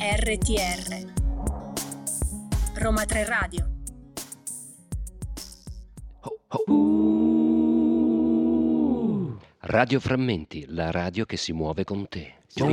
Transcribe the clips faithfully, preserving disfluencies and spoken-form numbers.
R T R Roma tre Radio. Radio Frammenti, la radio che si muove con te.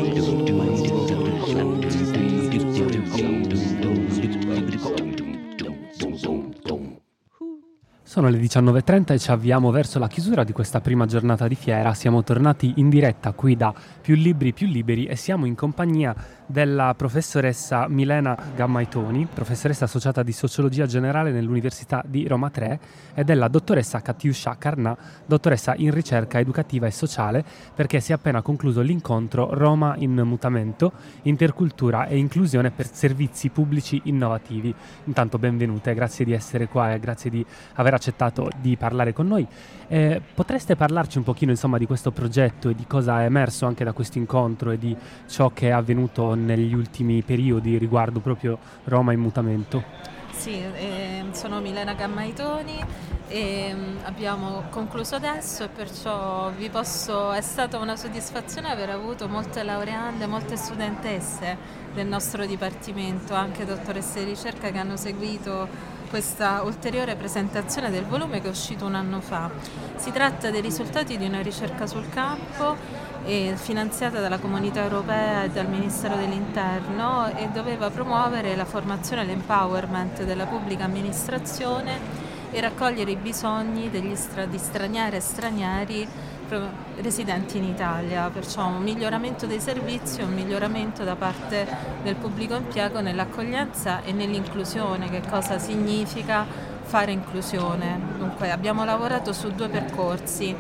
Sono le diciannove e trenta e ci avviamo verso la chiusura di questa prima giornata di fiera. Siamo tornati in diretta qui da Più Libri Più Liberi e siamo in compagnia della professoressa Milena Gammaitoni, professoressa associata di Sociologia Generale nell'Università di Roma tre, e della dottoressa Katiuscia Carnà, dottoressa in ricerca educativa e sociale, perché si è appena concluso l'incontro Roma in mutamento, intercultura e inclusione per servizi pubblici innovativi. Intanto benvenute, grazie di essere qua e grazie di aver accettato di parlare con noi. Eh, potreste parlarci un pochino insomma di questo progetto e di cosa è emerso anche da questo incontro e di ciò che è avvenuto negli ultimi periodi riguardo proprio Roma in mutamento? Sì, eh, sono Milena Gammaitoni e abbiamo concluso adesso e perciò vi posso, è stata una soddisfazione aver avuto molte laureande, molte studentesse del nostro dipartimento, anche dottoresse di ricerca che hanno seguito questa ulteriore presentazione del volume che è uscito un anno fa. Si tratta dei risultati di una ricerca sul campo e finanziata dalla Comunità Europea e dal Ministero dell'Interno e doveva promuovere la formazione e l'empowerment della pubblica amministrazione e raccogliere i bisogni degli stra- di straniere e stranieri residenti in Italia, perciò un miglioramento dei servizi, un miglioramento da parte del pubblico impiego nell'accoglienza e nell'inclusione. Che cosa significa fare inclusione? Dunque abbiamo lavorato su due percorsi: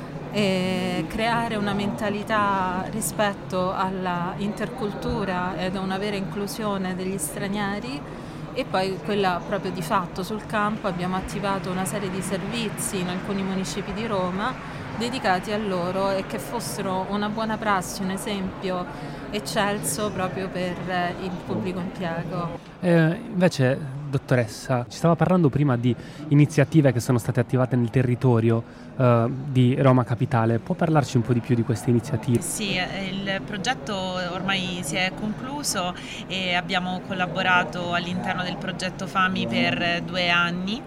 e creare una mentalità rispetto alla intercultura ed a una vera inclusione degli stranieri, e poi quella proprio di fatto sul campo. Abbiamo attivato una serie di servizi in alcuni municipi di Roma dedicati a loro e che fossero una buona prassi, un esempio eccelso proprio per il pubblico impiego. Eh, invece, dottoressa, ci stava parlando prima di iniziative che sono state attivate nel territorio eh, di Roma Capitale. Può parlarci un po' di più di queste iniziative? Sì, il progetto ormai si è concluso e abbiamo collaborato all'interno del progetto Fami per due anni,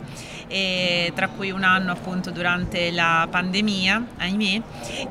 e tra cui un anno appunto durante la pandemia, ahimè,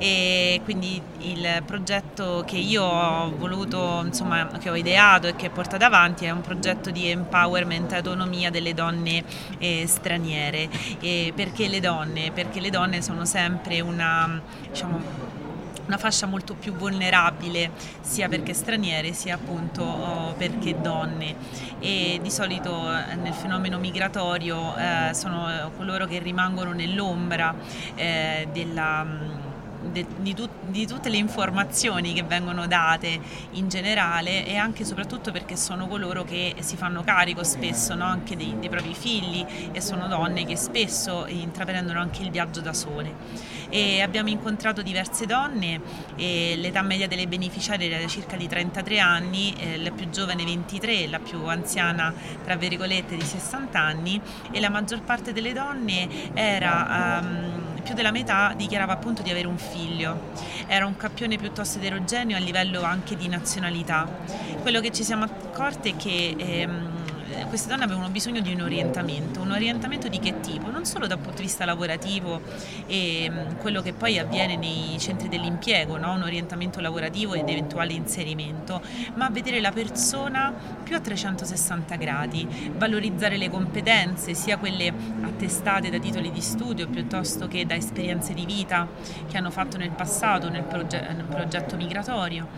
e quindi il progetto che io ho voluto, insomma, che ho ideato e che portato avanti è un progetto di empowerment e autonomia delle donne eh, straniere. E perché le donne? Perché le donne sono sempre una, diciamo, una fascia molto più vulnerabile, sia perché straniere sia appunto oh, perché donne, e di solito nel fenomeno migratorio eh, sono coloro che rimangono nell'ombra eh, della De, di, tut, di tutte le informazioni che vengono date in generale, e anche e soprattutto perché sono coloro che si fanno carico spesso, no, anche dei, dei propri figli, e sono donne che spesso intraprendono anche il viaggio da sole. E abbiamo incontrato diverse donne e l'età media delle beneficiarie era circa di trentatré anni, eh, la più giovane ventitré, la più anziana tra virgolette di sessanta anni, e la maggior parte delle donne era um, più della metà dichiarava appunto di avere un figlio. Era un campione piuttosto eterogeneo a livello anche di nazionalità. Quello che ci siamo accorti è che ehm, queste donne avevano bisogno di un orientamento, un orientamento di che tipo? Non solo dal punto di vista lavorativo e quello che poi avviene nei centri dell'impiego, no? Un orientamento lavorativo ed eventuale inserimento, ma vedere la persona più a trecentosessanta gradi, valorizzare le competenze, sia quelle attestate da titoli di studio piuttosto che da esperienze di vita che hanno fatto nel passato nel, proge- nel progetto migratorio,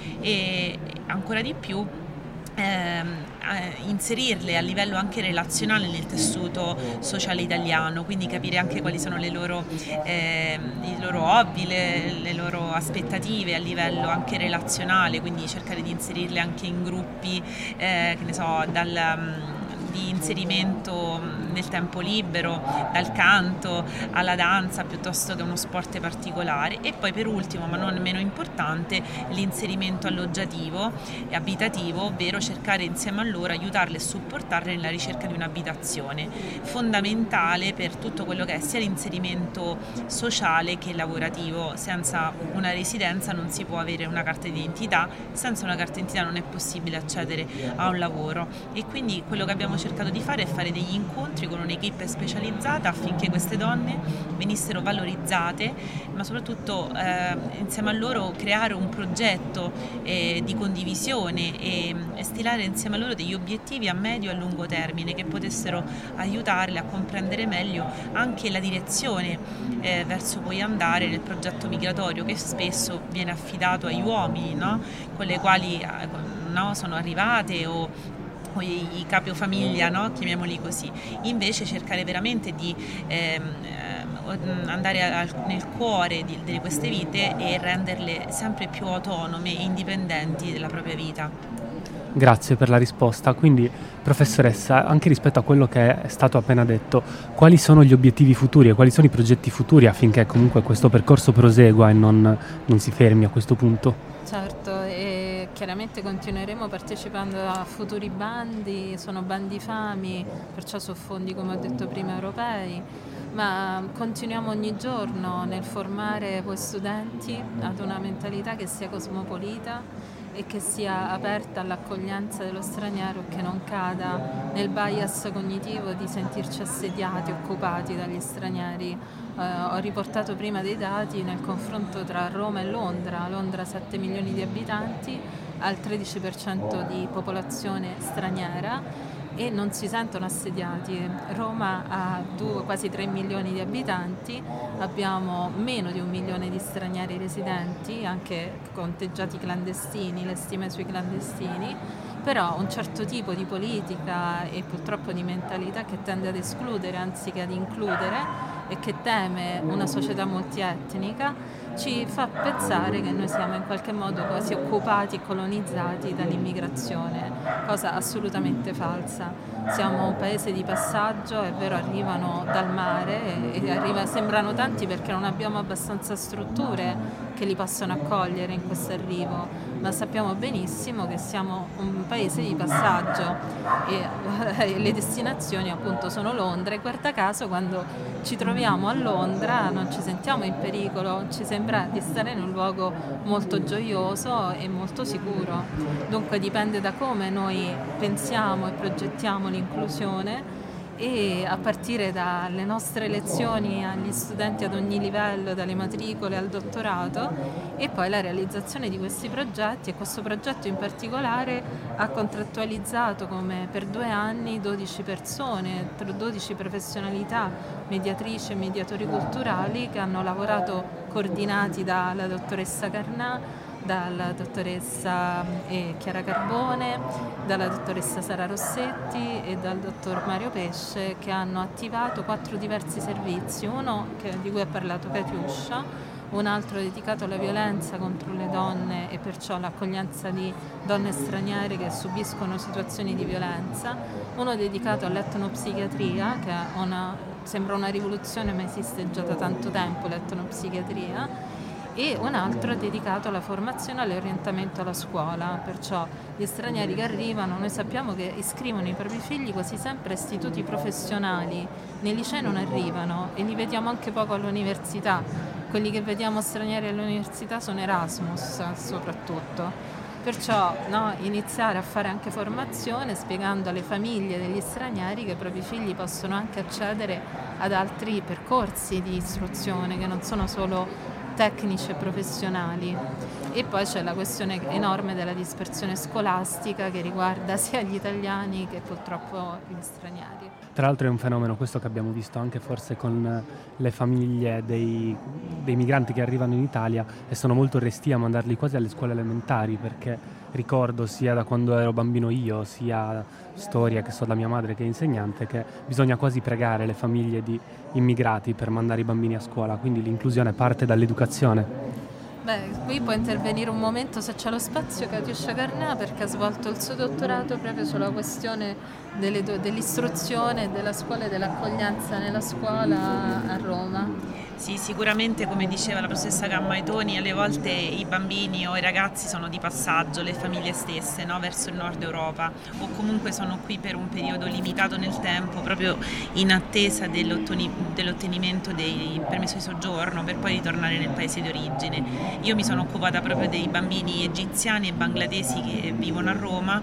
e ancora di più Ehm, inserirle a livello anche relazionale nel tessuto sociale italiano, quindi capire anche quali sono le loro, eh, i loro hobby, le, le loro aspettative a livello anche relazionale, quindi cercare di inserirle anche in gruppi, eh, che ne so, dal di inserimento nel tempo libero, dal canto alla danza piuttosto che uno sport particolare, e poi per ultimo, ma non meno importante, l'inserimento alloggiativo e abitativo, ovvero cercare insieme a loro, aiutarle e supportarle nella ricerca di un'abitazione, fondamentale per tutto quello che è sia l'inserimento sociale che lavorativo. Senza una residenza non si può avere una carta d'identità, senza una carta d'identità non è possibile accedere a un lavoro, e quindi quello che abbiamo cercato di fare è fare degli incontri con un'equipe specializzata affinché queste donne venissero valorizzate, ma soprattutto eh, insieme a loro creare un progetto eh, di condivisione e, e stilare insieme a loro degli obiettivi a medio e a lungo termine che potessero aiutarle a comprendere meglio anche la direzione eh, verso cui andare nel progetto migratorio, che spesso viene affidato agli uomini, no? Con le quali eh, no, sono arrivate, o o i, i capofamiglia, no? Chiamiamoli così. Invece cercare veramente di ehm, andare al, nel cuore di, di queste vite e renderle sempre più autonome e indipendenti della propria vita. Grazie per la risposta. Quindi, professoressa, anche rispetto a quello che è stato appena detto, quali sono gli obiettivi futuri e quali sono i progetti futuri affinché comunque questo percorso prosegua e non, non si fermi a questo punto? Certo, e chiaramente continueremo partecipando a futuri bandi, sono bandi FAMI, perciò su fondi, come ho detto prima, europei, ma continuiamo ogni giorno nel formare voi studenti ad una mentalità che sia cosmopolita e che sia aperta all'accoglienza dello straniero, che non cada nel bias cognitivo di sentirci assediati, occupati dagli stranieri. Eh, ho riportato prima dei dati nel confronto tra Roma e Londra. Londra ha sette milioni di abitanti, ha il tredici per cento di popolazione straniera e non si sentono assediati. Roma ha due, quasi tre milioni di abitanti, abbiamo meno di un milione di stranieri residenti, anche conteggiati clandestini, le stime sui clandestini, però un certo tipo di politica e purtroppo di mentalità che tende ad escludere anziché ad includere e che teme una società multietnica ci fa pensare che noi siamo in qualche modo quasi occupati e colonizzati dall'immigrazione, cosa assolutamente falsa. Siamo un paese di passaggio, è vero, arrivano dal mare e arriva, sembrano tanti perché non abbiamo abbastanza strutture che li possono accogliere in questo arrivo, ma sappiamo benissimo che siamo un paese di passaggio e le destinazioni appunto sono Londra, e guarda caso quando ci troviamo a Londra non ci sentiamo in pericolo, ci sembra di stare in un luogo molto gioioso e molto sicuro. Dunque dipende da come noi pensiamo e progettiamo l'inclusione, e a partire dalle nostre lezioni agli studenti ad ogni livello, dalle matricole al dottorato, e poi la realizzazione di questi progetti. E questo progetto in particolare ha contrattualizzato come per due anni dodici persone, dodici professionalità, mediatrici e mediatori culturali, che hanno lavorato coordinati dalla dottoressa Carnà, dalla dottoressa eh, Chiara Carbone, dalla dottoressa Sara Rossetti e dal dottor Mario Pesce, che hanno attivato quattro diversi servizi, uno che, di cui ha parlato Katiuscia, un altro dedicato alla violenza contro le donne e perciò all'accoglienza di donne straniere che subiscono situazioni di violenza, uno dedicato all'etnopsichiatria, che è una, sembra una rivoluzione ma esiste già da tanto tempo l'etnopsichiatria, e un altro è dedicato alla formazione e all'orientamento alla scuola. Perciò gli stranieri che arrivano, noi sappiamo che iscrivono i propri figli quasi sempre a istituti professionali, nei licei non arrivano e li vediamo anche poco all'università. Quelli che vediamo stranieri all'università sono Erasmus soprattutto. Perciò no, iniziare a fare anche formazione spiegando alle famiglie degli stranieri che i propri figli possono anche accedere ad altri percorsi di istruzione che non sono solo tecnici e professionali. E poi c'è la questione enorme della dispersione scolastica che riguarda sia gli italiani che purtroppo gli stranieri. Tra l'altro è un fenomeno questo che abbiamo visto anche forse con le famiglie dei, dei migranti che arrivano in Italia e sono molto restii a mandarli quasi alle scuole elementari, perché ricordo sia da quando ero bambino io, sia storia che so da mia madre che è insegnante, che bisogna quasi pregare le famiglie di immigrati per mandare i bambini a scuola, quindi l'inclusione parte dall'educazione. Beh, qui può intervenire un momento, se c'è lo spazio, Katiuscia Carnà, perché ha svolto il suo dottorato proprio sulla questione delle, dell'istruzione e della scuola e dell'accoglienza nella scuola a Roma. Sì, sicuramente, come diceva la professoressa Gammaitoni, alle volte i bambini o i ragazzi sono di passaggio, le famiglie stesse, no, verso il nord Europa, o comunque sono qui per un periodo limitato nel tempo, proprio in attesa dell'ottenimento dei permesso di soggiorno per poi ritornare nel paese di origine. Io mi sono occupata proprio dei bambini egiziani e bangladesi che vivono a Roma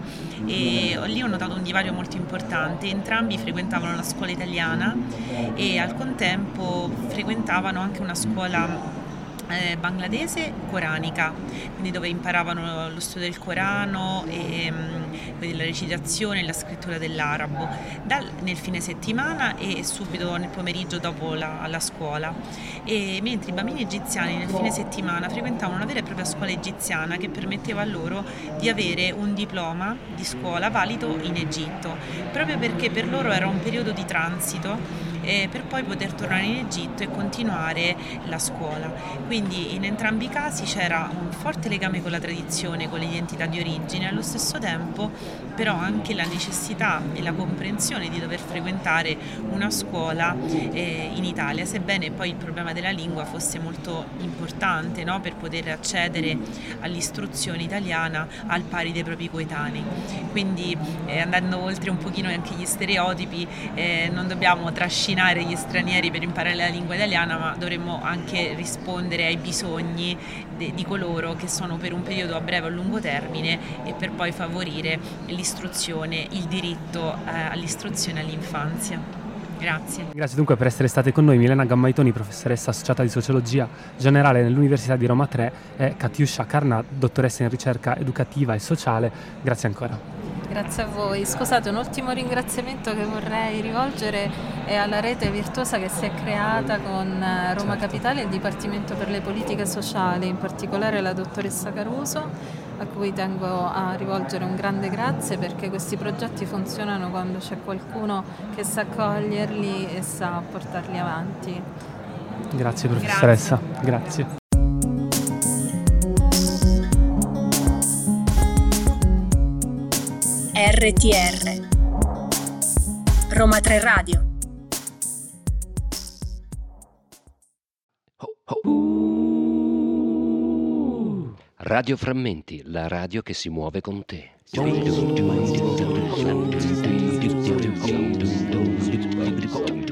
e lì ho notato un divario molto importante. Entrambi frequentavano la scuola italiana e al contempo frequentavano anche una scuola eh, bangladese coranica, quindi dove imparavano lo studio del Corano e mh, la recitazione e la scrittura dell'arabo dal, nel fine settimana e subito nel pomeriggio dopo la, la scuola, e mentre i bambini egiziani nel fine settimana frequentavano una vera e propria scuola egiziana che permetteva loro di avere un diploma di scuola valido in Egitto, proprio perché per loro era un periodo di transito eh, per poi poter tornare in Egitto e continuare la scuola. Quindi in entrambi i casi c'era un forte legame con la tradizione, con l'identità di origine, allo stesso tempo però anche la necessità e la comprensione di dover frequentare una scuola eh, in Italia, sebbene poi il problema della lingua fosse molto importante, no? Per poter accedere all'istruzione italiana al pari dei propri coetanei. Quindi eh, andando oltre un pochino anche gli stereotipi, eh, non dobbiamo trascinare gli stranieri per imparare la lingua italiana, ma dovremmo anche rispondere ai bisogni de- di coloro che sono per un periodo a breve o a lungo termine e per poi favorire l'istruzione, il diritto eh, all'istruzione all'infanzia. Grazie. Grazie dunque per essere state con noi Milena Gammaitoni, professoressa associata di Sociologia Generale nell'Università di Roma tre, e Katiuscia Carnà, dottoressa in ricerca educativa e sociale. Grazie ancora. Grazie a voi. Scusate, un ultimo ringraziamento che vorrei rivolgere è alla rete virtuosa che si è creata con Roma Capitale e il Dipartimento per le Politiche Sociali, in particolare la dottoressa Caruso, a cui tengo a rivolgere un grande grazie, perché questi progetti funzionano quando c'è qualcuno che sa coglierli e sa portarli avanti. Grazie professoressa. Grazie. Grazie. R T R Roma tre Radio. Radio Frammenti, la radio che si muove con te. Oh.